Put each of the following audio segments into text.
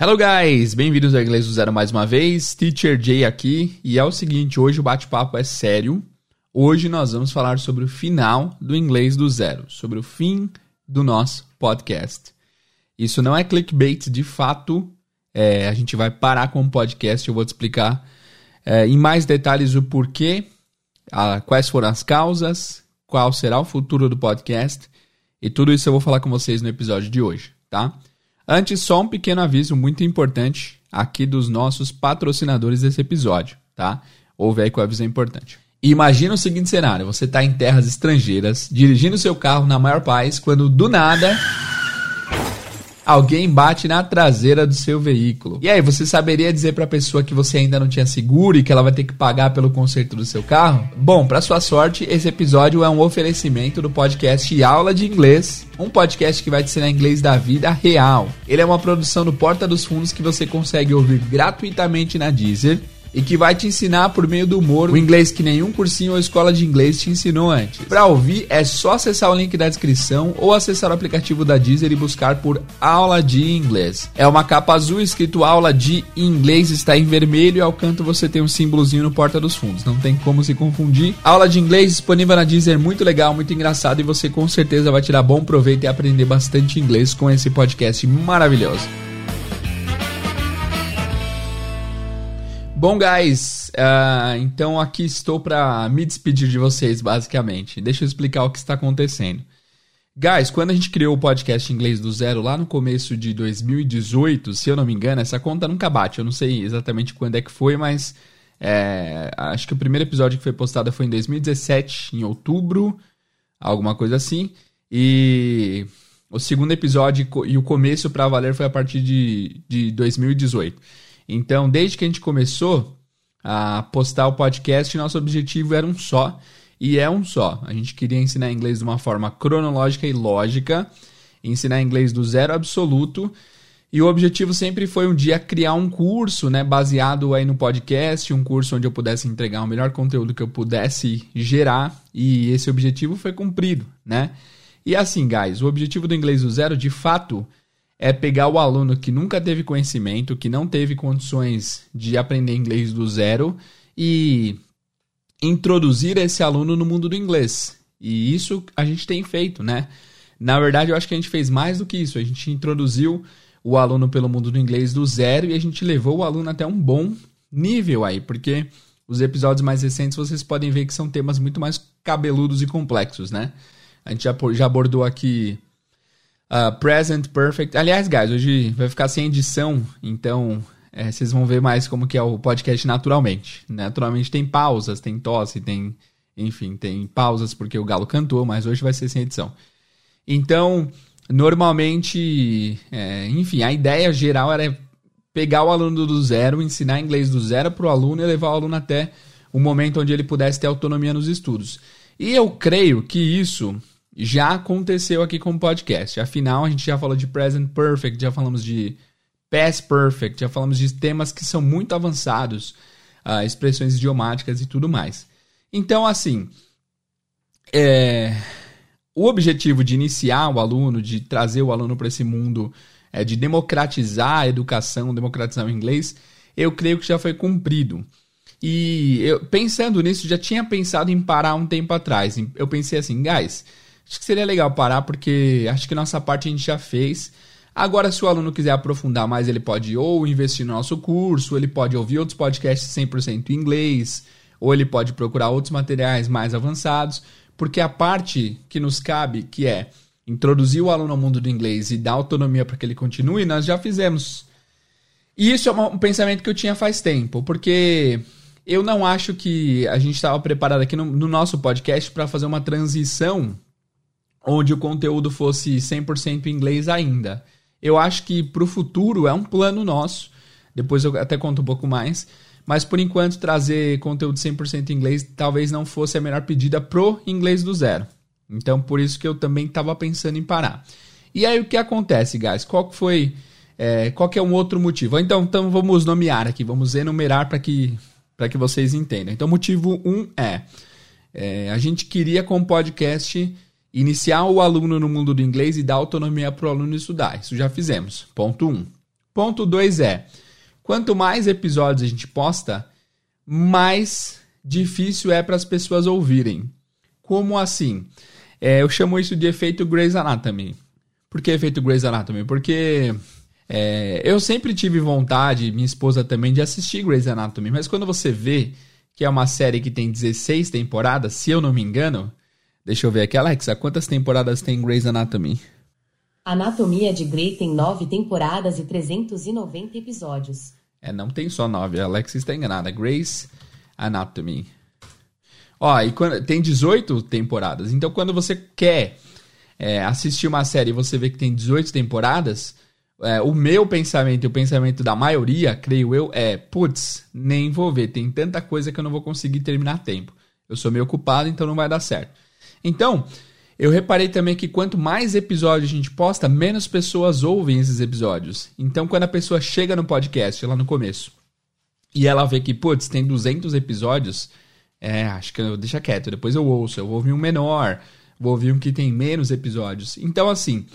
Hello guys, bem-vindos ao Inglês do Zero mais uma vez, Teacher Jay aqui, e é o seguinte, hoje o bate-papo é sério. Hoje nós vamos falar sobre o final do Inglês do Zero, sobre o fim do nosso podcast. Isso não é clickbait, de fato, a gente vai parar com o podcast, eu vou te explicar em mais detalhes o porquê, quais foram as causas, qual será o futuro do podcast, e tudo isso eu vou falar com vocês no episódio de hoje, tá? Antes, só um pequeno aviso muito importante aqui dos nossos patrocinadores desse episódio, tá? Ouve aí que o aviso é importante. Imagina o seguinte cenário, você está em terras estrangeiras, dirigindo seu carro na maior paz, quando do nada alguém bate na traseira do seu veículo. E aí, você saberia dizer para a pessoa que você ainda não tinha seguro e que ela vai ter que pagar pelo conserto do seu carro? Bom, para sua sorte, esse episódio é um oferecimento do podcast Aula de Inglês, um podcast que vai te ensinar inglês da vida real. Ele é uma produção do Porta dos Fundos que você consegue ouvir gratuitamente na Deezer e que vai te ensinar por meio do humor o inglês que nenhum cursinho ou escola de inglês te ensinou antes. Para ouvir, é só acessar o link da descrição ou acessar o aplicativo da Deezer e buscar por Aula de Inglês. É uma capa azul escrito Aula de Inglês, está em vermelho e ao canto você tem um símbolozinho no Porta dos Fundos. Não tem como se confundir. Aula de Inglês disponível na Deezer, muito legal, muito engraçado e você com certeza vai tirar bom proveito e aprender bastante inglês com esse podcast maravilhoso. Bom, guys, então aqui estou para me despedir de vocês, basicamente. Deixa eu explicar o que está acontecendo. Guys, quando a gente criou o podcast Inglês do Zero, lá no começo de 2018, se eu não me engano, essa conta nunca bate. Eu não sei exatamente quando é que foi, mas acho que o primeiro episódio que foi postado foi em 2017, em outubro, alguma coisa assim. E o segundo episódio e o começo para valer foi a partir de 2018. Então, desde que a gente começou a postar o podcast, nosso objetivo era um só, e é um só. A gente queria ensinar inglês de uma forma cronológica e lógica, ensinar inglês do zero absoluto, e o objetivo sempre foi um dia criar um curso, né, baseado aí no podcast, um curso onde eu pudesse entregar o melhor conteúdo que eu pudesse gerar, e esse objetivo foi cumprido, né? E assim, guys, o objetivo do Inglês do Zero, de fato, é pegar o aluno que nunca teve conhecimento, que não teve condições de aprender inglês do zero e introduzir esse aluno no mundo do inglês. E isso a gente tem feito, né? Na verdade, eu acho que a gente fez mais do que isso. A gente introduziu o aluno pelo mundo do inglês do zero e a gente levou o aluno até um bom nível aí, porque os episódios mais recentes vocês podem ver que são temas muito mais cabeludos e complexos, né? A gente já abordou aqui Present Perfect. Aliás, guys, hoje vai ficar sem edição, então vocês vão ver mais como que é o podcast naturalmente. Naturalmente tem pausas, tem tosse, tem pausas porque o Galo cantou, mas hoje vai ser sem edição. Então, normalmente, a ideia geral era pegar o aluno do zero, ensinar inglês do zero para o aluno e levar o aluno até o momento onde ele pudesse ter autonomia nos estudos. E eu creio que isso já aconteceu aqui com o podcast. Afinal, a gente já falou de Present Perfect, já falamos de Past Perfect, já falamos de temas que são muito avançados, expressões idiomáticas e tudo mais. Então, assim, o objetivo de iniciar o aluno, de trazer o aluno para esse mundo, de democratizar a educação, democratizar o inglês, eu creio que já foi cumprido. E eu, pensando nisso, já tinha pensado em parar um tempo atrás. Eu pensei assim, guys, acho que seria legal parar porque acho que nossa parte a gente já fez. Agora, se o aluno quiser aprofundar mais, ele pode ou investir no nosso curso, ele pode ouvir outros podcasts 100% em inglês, ou ele pode procurar outros materiais mais avançados, porque a parte que nos cabe, que é introduzir o aluno ao mundo do inglês e dar autonomia para que ele continue, nós já fizemos. E isso é um pensamento que eu tinha faz tempo, porque eu não acho que a gente estava preparado aqui no nosso podcast para fazer uma transição onde o conteúdo fosse 100% em inglês ainda. Eu acho que para o futuro é um plano nosso, depois eu até conto um pouco mais, mas por enquanto trazer conteúdo 100% em inglês talvez não fosse a melhor pedida pro Inglês do Zero. Então por isso que eu também estava pensando em parar. E aí o que acontece, guys? Qual que é um outro motivo? Então vamos nomear aqui, vamos enumerar para que vocês entendam. Então motivo 1 a gente queria com o podcast iniciar o aluno no mundo do inglês e dar autonomia para o aluno estudar. Isso já fizemos. Ponto 1. Ponto 2 é, quanto mais episódios a gente posta, mais difícil é para as pessoas ouvirem. Como assim? Eu chamo isso de efeito Grey's Anatomy. Por que efeito Grey's Anatomy? Porque eu sempre tive vontade, minha esposa também, de assistir Grey's Anatomy. Mas quando você vê que é uma série que tem 16 temporadas, se eu não me engano... Deixa eu ver aqui, Alexa, quantas temporadas tem Grey's Anatomy? Anatomia de Grey tem 9 temporadas e 390 episódios. Não tem só 9, a Alexa está enganada. Grey's Anatomy. Ó, e tem 18 temporadas. Então, quando você quer assistir uma série e você vê que tem 18 temporadas, o meu pensamento e o pensamento da maioria, creio eu, putz, nem vou ver. Tem tanta coisa que eu não vou conseguir terminar a tempo. Eu sou meio ocupado, então não vai dar certo. Então, eu reparei também que quanto mais episódios a gente posta, menos pessoas ouvem esses episódios. Então, quando a pessoa chega no podcast, lá no começo, e ela vê que, putz, tem 200 episódios, acho que deixa quieto, depois eu ouço, eu vou ouvir um menor, vou ouvir um que tem menos episódios. Então, assim,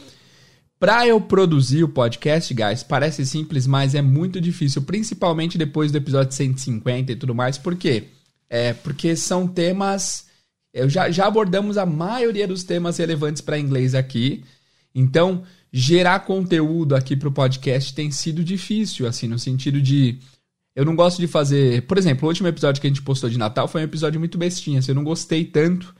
pra eu produzir o podcast, guys, parece simples, mas é muito difícil, principalmente depois do episódio 150 e tudo mais. Por quê? Porque são temas... Já abordamos a maioria dos temas relevantes para inglês aqui. Então, gerar conteúdo aqui para o podcast tem sido difícil, assim, no sentido de... Eu não gosto de fazer... Por exemplo, o último episódio que a gente postou de Natal foi um episódio muito bestinha. Assim, eu não gostei tanto.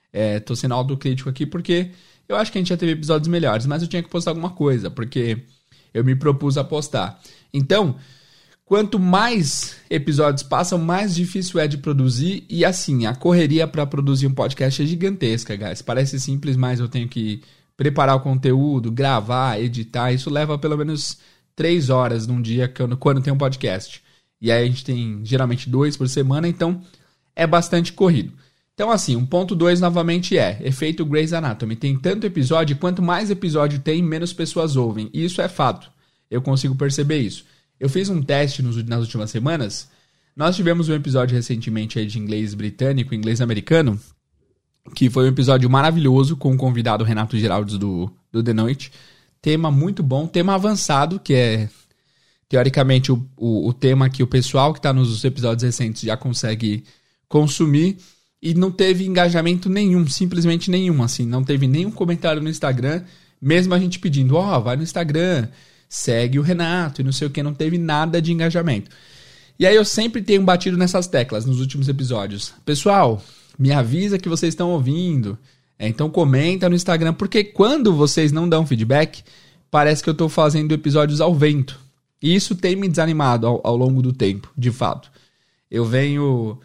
Tô sendo autocrítico aqui porque eu acho que a gente já teve episódios melhores, mas eu tinha que postar alguma coisa, porque eu me propus a postar. Então... Quanto mais episódios passam, mais difícil é de produzir. E assim, a correria para produzir um podcast é gigantesca, guys. Parece simples, mas eu tenho que preparar o conteúdo, gravar, editar. Isso leva pelo menos 3 horas num dia quando tem um podcast. E aí a gente tem geralmente 2 por semana, então é bastante corrido. Então assim, um ponto 2 novamente efeito Grey's Anatomy. Tem tanto episódio, quanto mais episódio tem, menos pessoas ouvem. E isso é fato. Eu consigo perceber isso. Eu fiz um teste nas últimas semanas. Nós tivemos um episódio recentemente aí de inglês britânico, inglês americano, que foi um episódio maravilhoso com o convidado Renato Giraldes do The Noite. Tema muito bom, tema avançado, que é teoricamente o tema que o pessoal que está nos episódios recentes já consegue consumir. E não teve engajamento nenhum, simplesmente nenhum. Assim, não teve nenhum comentário no Instagram, mesmo a gente pedindo, vai no Instagram... segue o Renato e não sei o que, não teve nada de engajamento. E aí eu sempre tenho batido nessas teclas nos últimos episódios. Pessoal, me avisa que vocês estão ouvindo, então comenta no Instagram, porque quando vocês não dão feedback, parece que eu estou fazendo episódios ao vento. E isso tem me desanimado ao longo do tempo, de fato. Eu venho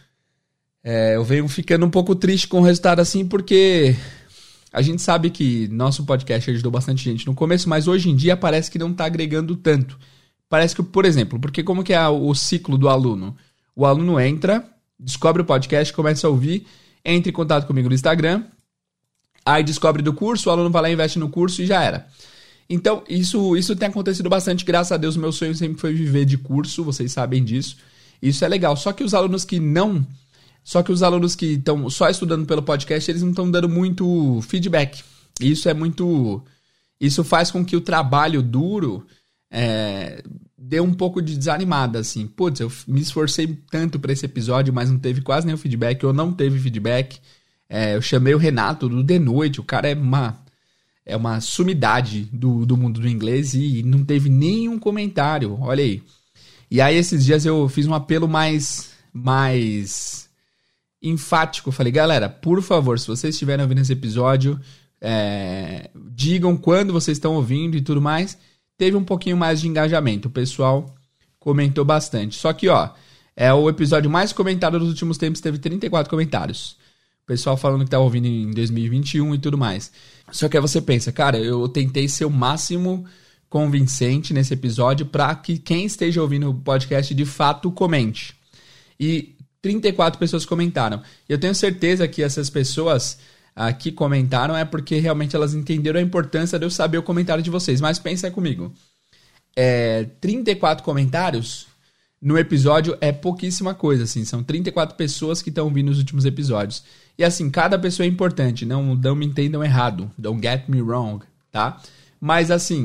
ficando um pouco triste com o resultado assim, porque... A gente sabe que nosso podcast ajudou bastante gente no começo, mas hoje em dia parece que não está agregando tanto. Parece que, por exemplo, porque como que é o ciclo do aluno? O aluno entra, descobre o podcast, começa a ouvir, entra em contato comigo no Instagram, aí descobre do curso, o aluno vai lá, investe no curso e já era. Então, isso tem acontecido bastante, graças a Deus, meu sonho sempre foi viver de curso, vocês sabem disso. Isso é legal, só que os alunos que estão só estudando pelo podcast, eles não estão dando muito feedback. Isso faz com que o trabalho duro dê um pouco de desanimada, assim. Putz, eu me esforcei tanto para esse episódio, mas não teve quase nenhum feedback, ou não teve feedback. Eu chamei o Renato do The Noite, o cara é uma sumidade do mundo do inglês e não teve nenhum comentário, olha aí. E aí esses dias eu fiz um apelo mais enfático. Falei, galera, por favor, se vocês estiverem ouvindo esse episódio, digam quando vocês estão ouvindo e tudo mais. Teve um pouquinho mais de engajamento, o pessoal comentou bastante. Só que, é o episódio mais comentado dos últimos tempos, teve 34 comentários. O pessoal falando que tá ouvindo em 2021 e tudo mais. Só que aí você pensa, cara, eu tentei ser o máximo convincente nesse episódio para que quem esteja ouvindo o podcast de fato comente. E 34 pessoas comentaram. E eu tenho certeza que essas pessoas que comentaram é porque realmente elas entenderam a importância de eu saber o comentário de vocês. Mas pensa comigo. 34 comentários no episódio é pouquíssima coisa, assim. São 34 pessoas que estão ouvindo os últimos episódios. E assim, cada pessoa é importante. Não me entendam errado. Don't get me wrong, tá? Mas assim,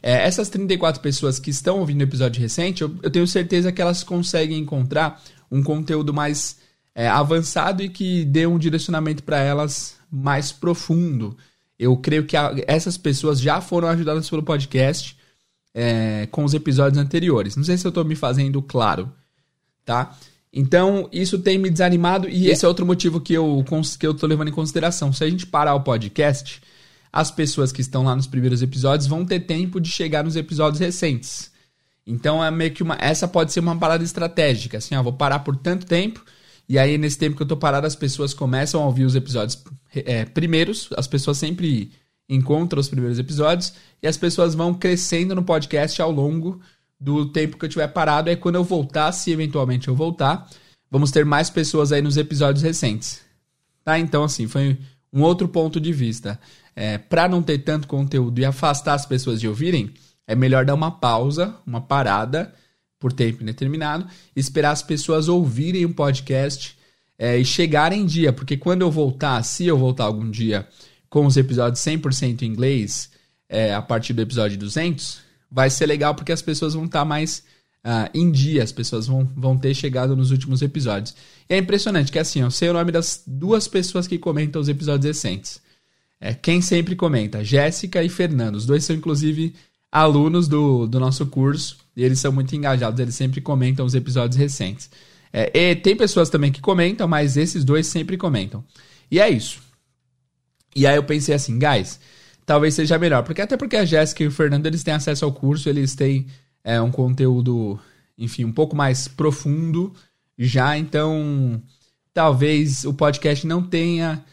Essas 34 pessoas que estão ouvindo o episódio recente, eu tenho certeza que elas conseguem encontrar um conteúdo mais avançado e que dê um direcionamento para elas mais profundo. Eu creio que essas pessoas já foram ajudadas pelo podcast com os episódios anteriores. Não sei se eu estou me fazendo claro, tá? Então, isso tem me desanimado e esse é outro motivo que eu estou levando em consideração. Se a gente parar o podcast, as pessoas que estão lá nos primeiros episódios vão ter tempo de chegar nos episódios recentes. Então, é meio que essa pode ser uma parada estratégica. Assim, vou parar por tanto tempo e aí, nesse tempo que eu tô parado, as pessoas começam a ouvir os episódios primeiros. As pessoas sempre encontram os primeiros episódios e as pessoas vão crescendo no podcast ao longo do tempo que eu tiver parado. Aí quando eu voltar, se eventualmente eu voltar, vamos ter mais pessoas aí nos episódios recentes. Tá? Então, assim, foi um outro ponto de vista. Para não ter tanto conteúdo e afastar as pessoas de ouvirem, é melhor dar uma pausa, uma parada por tempo indeterminado, esperar as pessoas ouvirem o podcast e chegarem em dia. Porque quando eu voltar, se eu voltar algum dia com os episódios 100% em inglês, a partir do episódio 200, vai ser legal porque as pessoas vão estar mais em dia, as pessoas vão ter chegado nos últimos episódios. E é impressionante que assim, eu sei o nome das 2 pessoas que comentam os episódios recentes. Quem sempre comenta? Jéssica e Fernando. Os 2 são inclusive alunos do nosso curso e eles são muito engajados, eles sempre comentam os episódios recentes. E tem pessoas também que comentam, mas esses 2 sempre comentam. E é isso. E aí eu pensei assim, guys, talvez seja melhor, até porque a Jéssica e o Fernando, eles têm acesso ao curso, eles têm um conteúdo, enfim, um pouco mais profundo já, então talvez o podcast não tenha,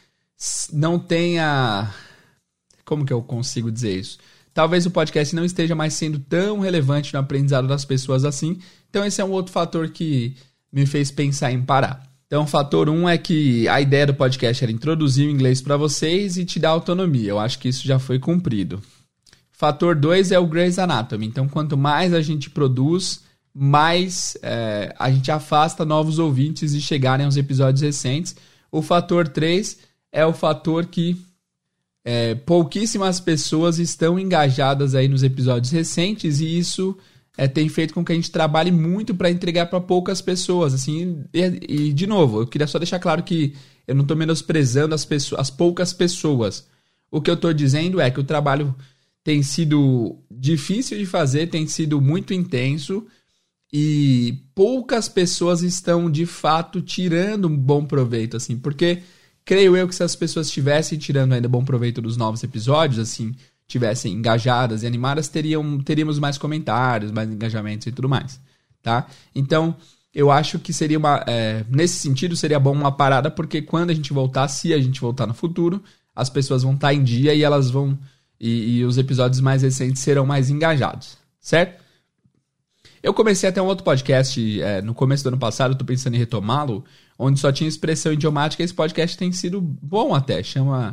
como que eu consigo dizer isso? Talvez o podcast não esteja mais sendo tão relevante no aprendizado das pessoas assim, então esse é um outro fator que me fez pensar em parar. Então, fator 1 é que a ideia do podcast era introduzir o inglês para vocês e te dar autonomia. Eu acho que isso já foi cumprido. Fator 2 é o Grey's Anatomy. Então, quanto mais a gente produz, mais a gente afasta novos ouvintes de chegarem aos episódios recentes. O fator 3 é o fator que pouquíssimas pessoas estão engajadas aí nos episódios recentes e isso tem feito com que a gente trabalhe muito para entregar para poucas pessoas, assim, e de novo, eu queria só deixar claro que eu não estou menosprezando as poucas pessoas. O que eu estou dizendo é que o trabalho tem sido difícil de fazer, tem sido muito intenso e poucas pessoas estão, de fato, tirando um bom proveito, assim, porque creio eu que se as pessoas estivessem tirando ainda bom proveito dos novos episódios, assim, tivessem engajadas e animadas, teríamos mais comentários, mais engajamentos e tudo mais, tá? Então, eu acho que seria nesse sentido, seria bom uma parada, porque quando a gente voltar, se a gente voltar no futuro, as pessoas vão estar em dia e elas vão, e os episódios mais recentes serão mais engajados, certo? Eu comecei até um outro podcast no começo do ano passado, tô pensando em retomá-lo, onde só tinha expressão idiomática, e esse podcast tem sido bom até, chama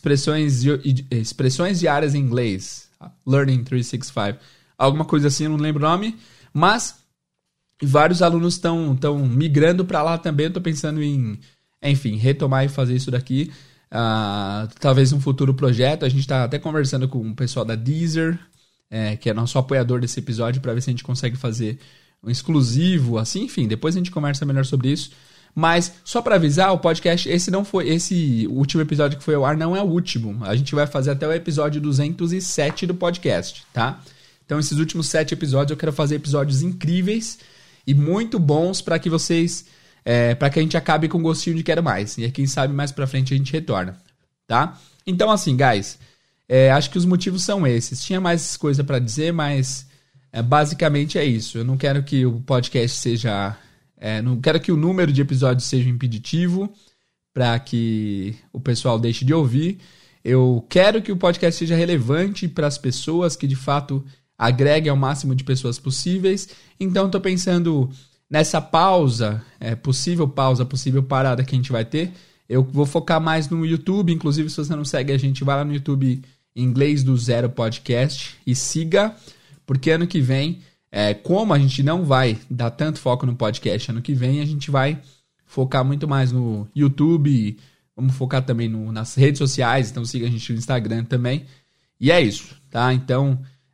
Expressões diárias em inglês, Learning 365, alguma coisa assim, eu não lembro o nome, mas vários alunos estão migrando para lá também. Eu estou pensando em, enfim, retomar e fazer isso daqui, talvez um futuro projeto. A gente está até conversando com o pessoal da Deezer, que é nosso apoiador desse episódio, para ver se a gente consegue fazer um exclusivo, assim, enfim, depois a gente conversa melhor sobre isso. Mas, só para avisar, o podcast, esse último episódio que foi ao ar não é o último. A gente vai fazer até o episódio 207 do podcast, tá? Então, esses últimos 7 episódios, eu quero fazer episódios incríveis e muito bons para que vocês, para que a gente acabe com gostinho de quero mais. E aí, quem sabe, mais pra frente a gente retorna, tá? Então, assim, guys, acho que os motivos são esses. Tinha mais coisa para dizer, mas basicamente é isso. Eu não quero que o podcast seja... não quero que o número de episódios seja impeditivo para que o pessoal deixe de ouvir. Eu quero que o podcast seja relevante para as pessoas, que de fato agregue ao máximo de pessoas possíveis. Então estou pensando nessa pausa, possível parada que a gente vai ter. Eu vou focar mais no YouTube. Inclusive, se você não segue a gente, vai lá no YouTube Inglês do Zero Podcast e siga, porque ano que vem... como a gente não vai dar tanto foco no podcast ano que vem, a gente vai focar muito mais no YouTube, vamos focar também nas redes sociais, então siga a gente no Instagram também. E é isso, tá? Então,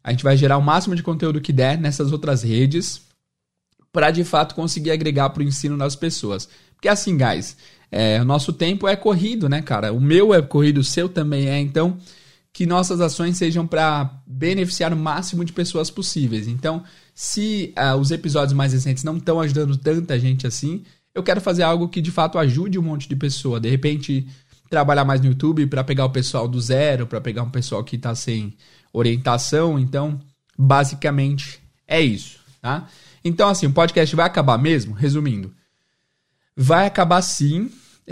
A gente vai gerar o máximo de conteúdo que der nessas outras redes para, de fato, conseguir agregar para o ensino das pessoas. Porque assim, guys, o nosso tempo é corrido, né, cara? O meu é corrido, o seu também é. Então, que nossas ações sejam para beneficiar o máximo de pessoas possíveis. Então, se os episódios mais recentes não estão ajudando tanta gente assim, eu quero fazer algo que, de fato, ajude um monte de pessoa. De repente, trabalhar mais no YouTube para pegar o pessoal do zero, para pegar um pessoal que está sem orientação. Então, basicamente, é isso, tá? Então, assim, o podcast vai acabar mesmo? Resumindo, vai acabar sim.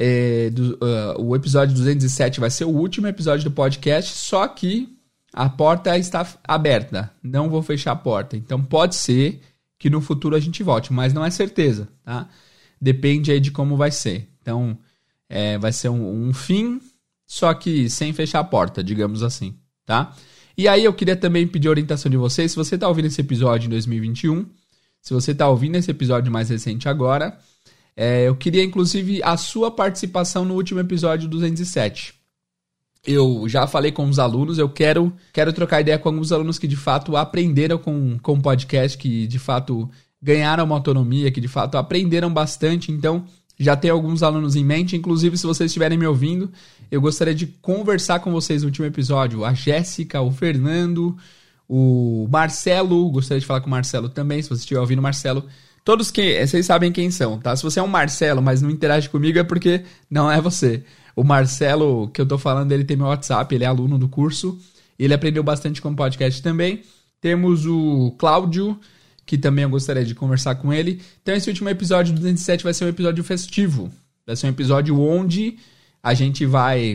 O episódio 207 vai ser o último episódio do podcast, só que a porta está aberta. Não vou fechar a porta. Então, pode ser que no futuro a gente volte, mas não é certeza, tá? Depende aí de como vai ser. Então, vai ser um fim, só que sem fechar a porta, digamos assim, tá? E aí eu queria também pedir a orientação de vocês. Se você está ouvindo esse episódio em 2021, se você está ouvindo esse episódio mais recente agora, eu queria inclusive a sua participação no último episódio 207. Eu já falei com os alunos, eu quero trocar ideia com alguns alunos que de fato aprenderam com o podcast, que de fato ganharam uma autonomia, que de fato aprenderam bastante. Então, já tem alguns alunos em mente. Inclusive, se vocês estiverem me ouvindo, eu gostaria de conversar com vocês no último episódio. A Jéssica, o Fernando, o Marcelo, gostaria de falar com o Marcelo também, se você estiver ouvindo, Marcelo. Todos que vocês sabem quem são, tá? Se você é um Marcelo, mas não interage comigo, é porque não é você. O Marcelo, que eu tô falando, ele tem meu WhatsApp, ele é aluno do curso, ele aprendeu bastante com o podcast também. Temos o Cláudio, que também eu gostaria de conversar com ele. Então esse último episódio 207 vai ser um episódio festivo. Vai ser um episódio onde a gente vai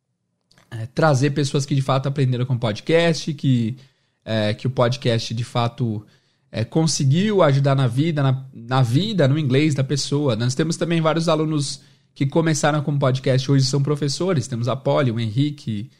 trazer pessoas que de fato aprenderam com o podcast, que o podcast de fato conseguiu ajudar na vida, no inglês da pessoa. Nós temos também vários alunos que começaram com o podcast, hoje são professores. Temos a Polly, o Henrique,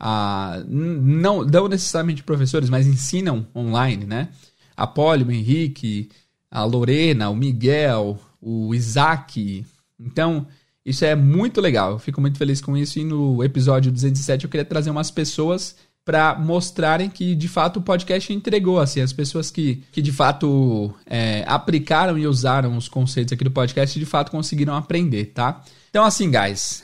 não necessariamente professores, mas ensinam online, né? A Polly, o Henrique, a Lorena, o Miguel, o Isaac. Então, isso é muito legal. Eu fico muito feliz com isso. E no episódio 207 eu queria trazer umas pessoas para mostrarem que, de fato, o podcast entregou. Assim, as pessoas que de fato, aplicaram e usaram os conceitos aqui do podcast, de fato, conseguiram aprender, tá? Então, assim, guys,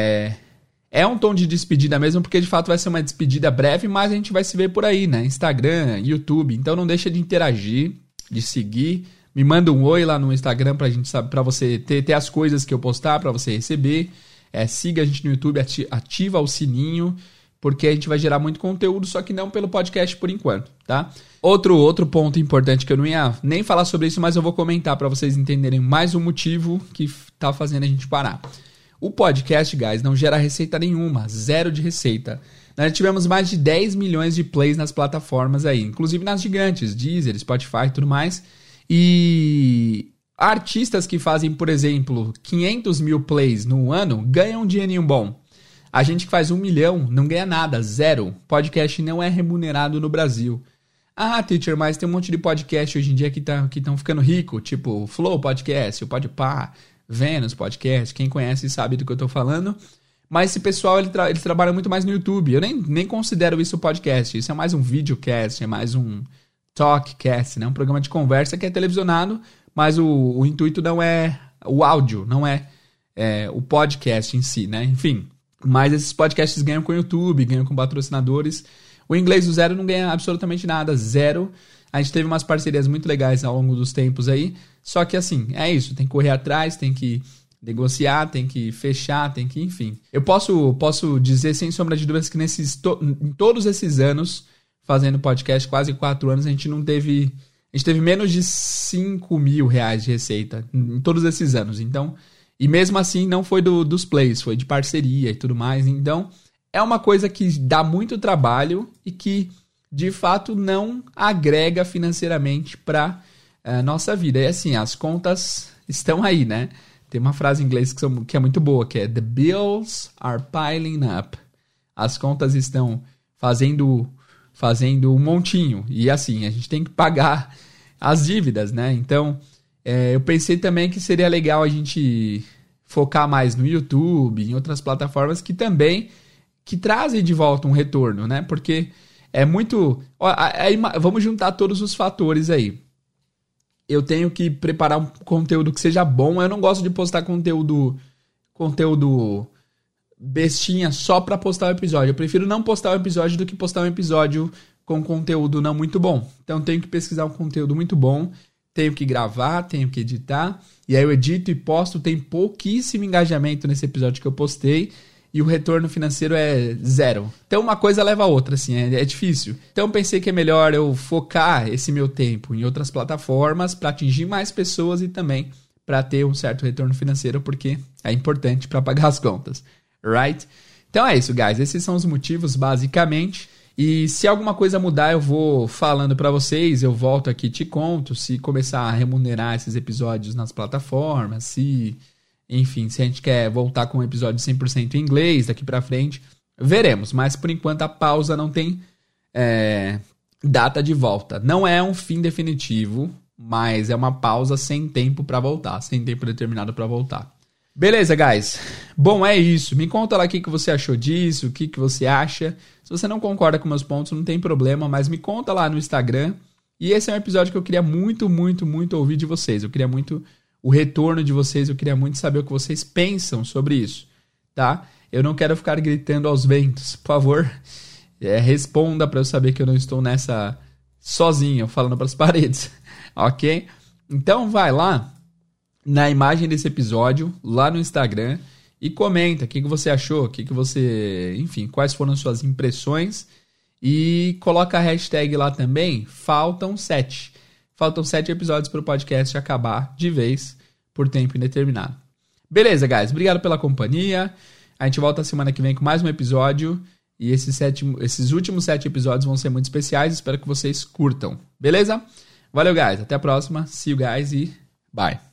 é um tom de despedida mesmo, porque de fato vai ser uma despedida breve, mas a gente vai se ver por aí, né? Instagram, YouTube. Então não deixa de interagir, de seguir. Me manda um oi lá no Instagram pra gente saber, pra você ter as coisas que eu postar, pra você receber. Siga a gente no YouTube, ativa o sininho, porque a gente vai gerar muito conteúdo, só que não pelo podcast por enquanto, tá? Outro ponto importante que eu não ia nem falar sobre isso, mas eu vou comentar pra vocês entenderem mais um motivo que tá fazendo a gente parar. O podcast, guys, não gera receita nenhuma, zero de receita. Nós tivemos mais de 10 milhões de plays nas plataformas aí, inclusive nas gigantes, Deezer, Spotify e tudo mais. E artistas que fazem, por exemplo, 500 mil plays no ano ganham um dinheirinho bom. A gente que faz 1 milhão não ganha nada, zero. Podcast não é remunerado no Brasil. Ah, teacher, mas tem um monte de podcast hoje em dia que estão ficando rico, tipo o Flow Podcast, o Podpah, Vênus Podcast, quem conhece sabe do que eu tô falando. Mas esse pessoal, eles trabalham muito mais no YouTube. Eu nem considero isso podcast. Isso é mais um videocast, é mais um talkcast, né? Um programa de conversa que é televisionado, mas o intuito não é o áudio, não é o podcast em si, né? Enfim, mas esses podcasts ganham com o YouTube, ganham com patrocinadores. O Inglês do Zero não ganha absolutamente nada, zero. A gente teve umas parcerias muito legais ao longo dos tempos aí. Só que assim, é isso. Tem que correr atrás, tem que negociar, tem que fechar, tem que... Enfim. Eu posso dizer sem sombra de dúvidas que em todos esses anos, fazendo podcast, quase 4 anos, a gente teve menos de 5 mil reais de receita. Em todos esses anos. Então, e mesmo assim não foi dos plays, foi de parceria e tudo mais. Então, é uma coisa que dá muito trabalho e que... de fato, não agrega financeiramente para nossa vida. E assim, as contas estão aí, né? Tem uma frase em inglês que é muito boa, que é The bills are piling up. As contas estão fazendo um montinho. E assim, a gente tem que pagar as dívidas, né? Então, eu pensei também que seria legal a gente focar mais no YouTube, em outras plataformas que trazem de volta um retorno, né? Porque... É muito... Aí, vamos juntar todos os fatores aí. Eu tenho que preparar um conteúdo que seja bom. Eu não gosto de postar conteúdo bestinha só pra postar o episódio. Eu prefiro não postar o episódio do que postar um episódio com conteúdo não muito bom. Então tenho que pesquisar um conteúdo muito bom, tenho que gravar, tenho que editar, e aí eu edito e posto, tem pouquíssimo engajamento nesse episódio que eu postei, e o retorno financeiro é 0. Então uma coisa leva a outra, assim, é difícil. Então pensei que é melhor eu focar esse meu tempo em outras plataformas para atingir mais pessoas e também para ter um certo retorno financeiro, porque é importante para pagar as contas, right? Então é isso, guys. Esses são os motivos, basicamente. E se alguma coisa mudar, eu vou falando para vocês, eu volto aqui e te conto, se começar a remunerar esses episódios nas plataformas, se a gente quer voltar com um episódio 100% em inglês daqui para frente, veremos. Mas por enquanto a pausa não tem data de volta. Não é um fim definitivo, mas é uma pausa sem tempo para voltar, sem tempo determinado para voltar. Beleza, guys? Bom, é isso. Me conta lá o que você achou disso, o que você acha. Se você não concorda com meus pontos, não tem problema, mas me conta lá no Instagram. E esse é um episódio que eu queria muito, muito, muito ouvir de vocês. Eu queria muito o retorno de vocês, eu queria muito saber o que vocês pensam sobre isso, tá? Eu não quero ficar gritando aos ventos. Por favor, responda para eu saber que eu não estou nessa sozinho, falando para as paredes, ok? Então vai lá na imagem desse episódio, lá no Instagram, e comenta o que você achou, quais foram suas impressões, e coloca a hashtag lá também, faltam 7. Faltam 7 episódios para o podcast acabar de vez por tempo indeterminado. Beleza, guys? Obrigado pela companhia. A gente volta semana que vem com mais um episódio, e esses últimos 7 episódios vão ser muito especiais, espero que vocês curtam. Beleza? Valeu, guys. Até a próxima. See you guys e bye.